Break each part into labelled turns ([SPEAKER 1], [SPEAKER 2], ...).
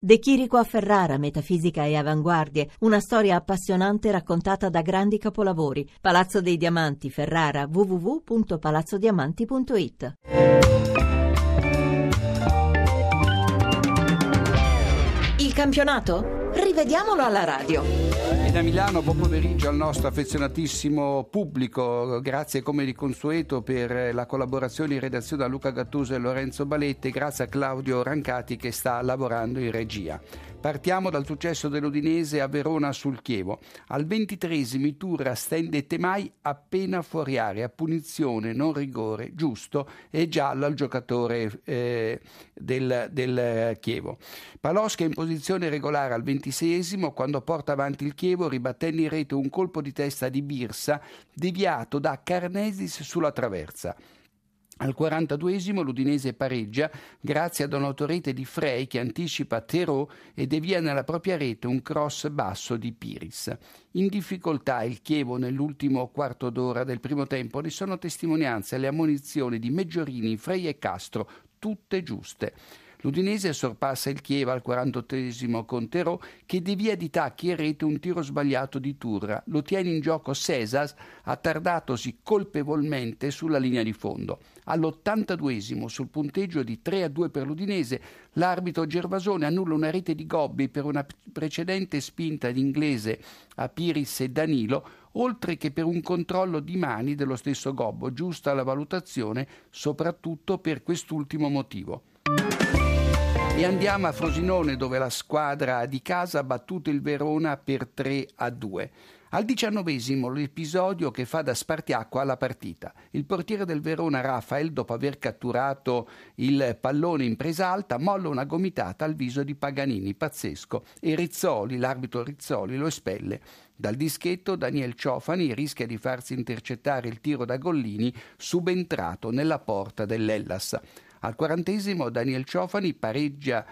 [SPEAKER 1] De Chirico a Ferrara, metafisica e avanguardie, una storia appassionante raccontata da grandi capolavori. Palazzo dei Diamanti, Ferrara, www.palazzodiamanti.it. Il campionato? Rivediamolo alla radio.
[SPEAKER 2] E da Milano, buon pomeriggio al nostro affezionatissimo pubblico. Grazie come di consueto per la collaborazione in redazione a Luca Gattuso e Lorenzo Baletti, grazie a Claudio Rancati che sta lavorando in regia. Partiamo dal successo dell'Udinese a Verona sul Chievo. Al 23esimo Iturra stende Temai appena fuori area, punizione, non rigore, giusto e giallo al giocatore del Chievo. Palosca in posizione regolare al 26esimo quando porta avanti il Chievo ribattendo in rete un colpo di testa di Birsa deviato da Carnesis sulla traversa. Al 42esimo l'Udinese pareggia grazie ad un'autorete di Frey che anticipa Terò e devia nella propria rete un cross basso di Piris. In difficoltà il Chievo nell'ultimo quarto d'ora del primo tempo ne sono testimonianze le ammonizioni di Meggiorini, Frey e Castro, tutte giuste. L'Udinese sorpassa il Chievo al 48esimo con Terò che devia di tacchi e rete un tiro sbagliato di Turra. Lo tiene in gioco Cesas, attardatosi colpevolmente sulla linea di fondo. All'82esimo, sul punteggio di 3-2 per l'Udinese, l'arbitro Gervasone annulla una rete di Gobbi per una precedente spinta di Inglese a Piris e Danilo, oltre che per un controllo di mani dello stesso Gobbo, giusta la valutazione soprattutto per quest'ultimo motivo. E andiamo a Frosinone dove la squadra di casa ha battuto il Verona per 3-2. Al 19esimo l'episodio che fa da spartiacque alla partita. Il portiere del Verona Rafael, dopo aver catturato il pallone in presa alta, molla una gomitata al viso di Paganini, pazzesco, e Rizzoli, l'arbitro Rizzoli, lo espelle. Dal dischetto Daniel Ciofani rischia di farsi intercettare il tiro da Gollini, subentrato nella porta dell'Hellas. Al 40esimo Daniel Ciofani pareggia,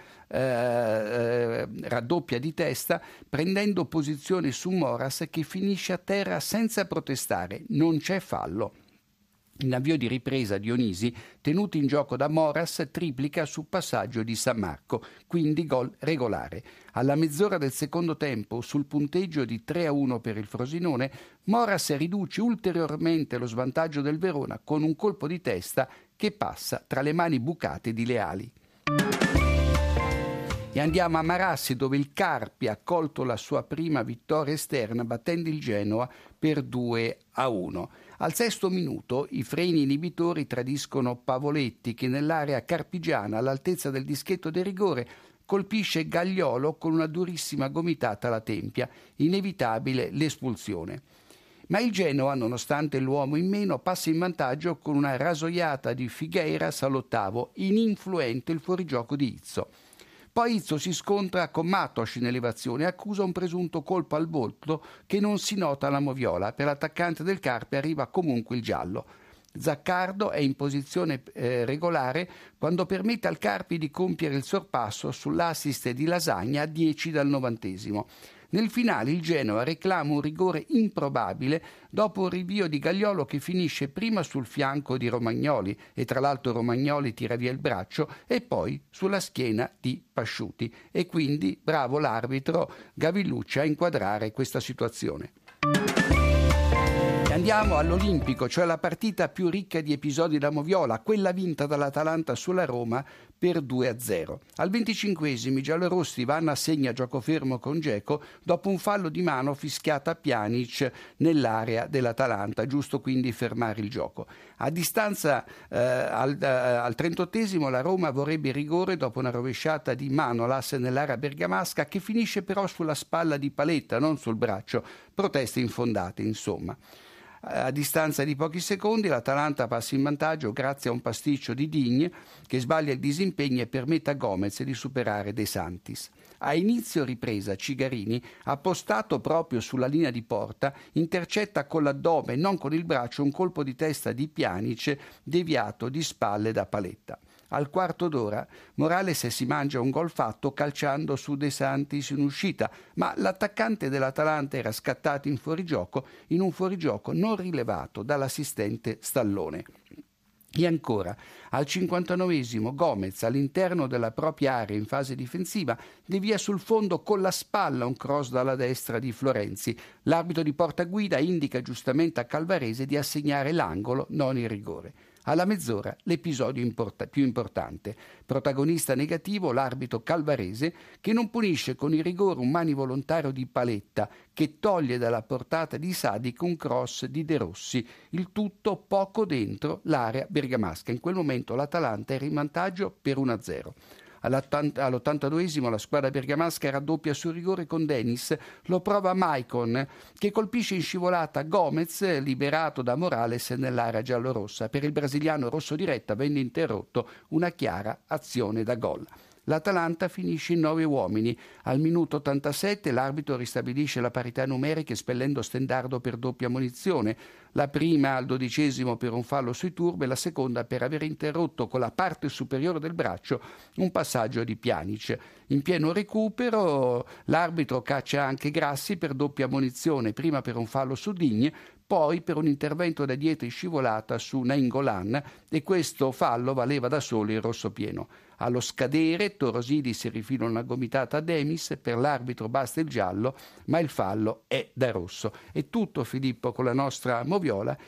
[SPEAKER 2] raddoppia di testa prendendo posizione su Moras che finisce a terra senza protestare. Non c'è fallo. In avvio di ripresa Dionisi, tenuto in gioco da Moras, triplica su passaggio di San Marco, quindi gol regolare. Alla mezz'ora del secondo tempo, sul punteggio di 3-1 per il Frosinone, Moras riduce ulteriormente lo svantaggio del Verona con un colpo di testa che passa tra le mani bucate di Leali. E andiamo a Marassi dove il Carpi ha colto la sua prima vittoria esterna battendo il Genoa per 2-1. Al 6° minuto i freni inibitori tradiscono Pavoletti che nell'area carpigiana all'altezza del dischetto del rigore colpisce Gagliolo con una durissima gomitata alla tempia, inevitabile l'espulsione. Ma il Genoa, nonostante l'uomo in meno, passa in vantaggio con una rasoiata di Figueiras all'8°, ininfluente il fuorigioco di Izzo. Poi Izzo si scontra con Matos in elevazione e accusa un presunto colpo al volto che non si nota alla moviola. Per l'attaccante del Carpi arriva comunque il giallo. Zaccardo è in posizione regolare quando permette al Carpi di compiere il sorpasso sull'assist di Lasagna a 10 dal 90esimo. Nel finale il Genoa reclama un rigore improbabile dopo un rinvio di Gagliolo che finisce prima sul fianco di Romagnoli e tra l'altro Romagnoli tira via il braccio e poi sulla schiena di Pasciuti e quindi bravo l'arbitro Gavillucci a inquadrare questa situazione. E andiamo all'Olimpico, cioè la partita più ricca di episodi da moviola, quella vinta dall'Atalanta sulla Roma per 2-0. Al 25esimo i giallorossi vanno a segno a gioco fermo con Dzeko dopo un fallo di mano fischiata a Pjanic nell'area dell'Atalanta, giusto quindi fermare il gioco. A distanza al 38esimo la Roma vorrebbe il rigore dopo una rovesciata di Manolas nell'area bergamasca che finisce però sulla spalla di Paletta, non sul braccio. Proteste infondate, insomma. A distanza di pochi secondi l'Atalanta passa in vantaggio grazie a un pasticcio di Digne che sbaglia il disimpegno e permette a Gomez di superare De Santis. A inizio ripresa Cigarini, appostato proprio sulla linea di porta, intercetta con l'addome e non con il braccio un colpo di testa di Pjanic deviato di spalle da Paletta. Al quarto d'ora Morales si mangia un gol fatto calciando su De Santis in uscita, ma l'attaccante dell'Atalanta era scattato in un fuorigioco non rilevato dall'assistente Stallone. E ancora, al 59esimo Gomez, all'interno della propria area in fase difensiva, devia sul fondo con la spalla un cross dalla destra di Florenzi. L'arbitro di porta guida indica giustamente a Calvarese di assegnare l'angolo, non il rigore. Alla mezz'ora l'episodio più importante. Protagonista negativo l'arbitro Calvarese, che non punisce con il rigore un mani volontario di Paletta, che toglie dalla portata di Sadic un cross di De Rossi, il tutto poco dentro l'area bergamasca. In quel momento l'Atalanta era in vantaggio per 1-0. All'82esimo la squadra bergamasca raddoppia sul rigore con Dennis, lo prova Maicon, che colpisce in scivolata Gomez, liberato da Morales nell'area giallorossa. Per il brasiliano rosso diretta venne interrotto una chiara azione da gol. L'Atalanta finisce in 9 uomini. Al minuto 87 l'arbitro ristabilisce la parità numerica espellendo Stendardo per doppia ammonizione, la prima al 12esimo per un fallo sui turbe, la seconda per aver interrotto con la parte superiore del braccio un passaggio di Pjanic. In pieno recupero l'arbitro caccia anche Grassi per doppia ammonizione, prima per un fallo su Digne, poi per un intervento da dietro in scivolata su Nainggolan, e questo fallo valeva da solo il rosso pieno. Allo scadere Torosidis rifila una gomitata a Demis, per l'arbitro basta il giallo, ma il fallo è da rosso. È tutto, Filippo, con la nostra Moviola,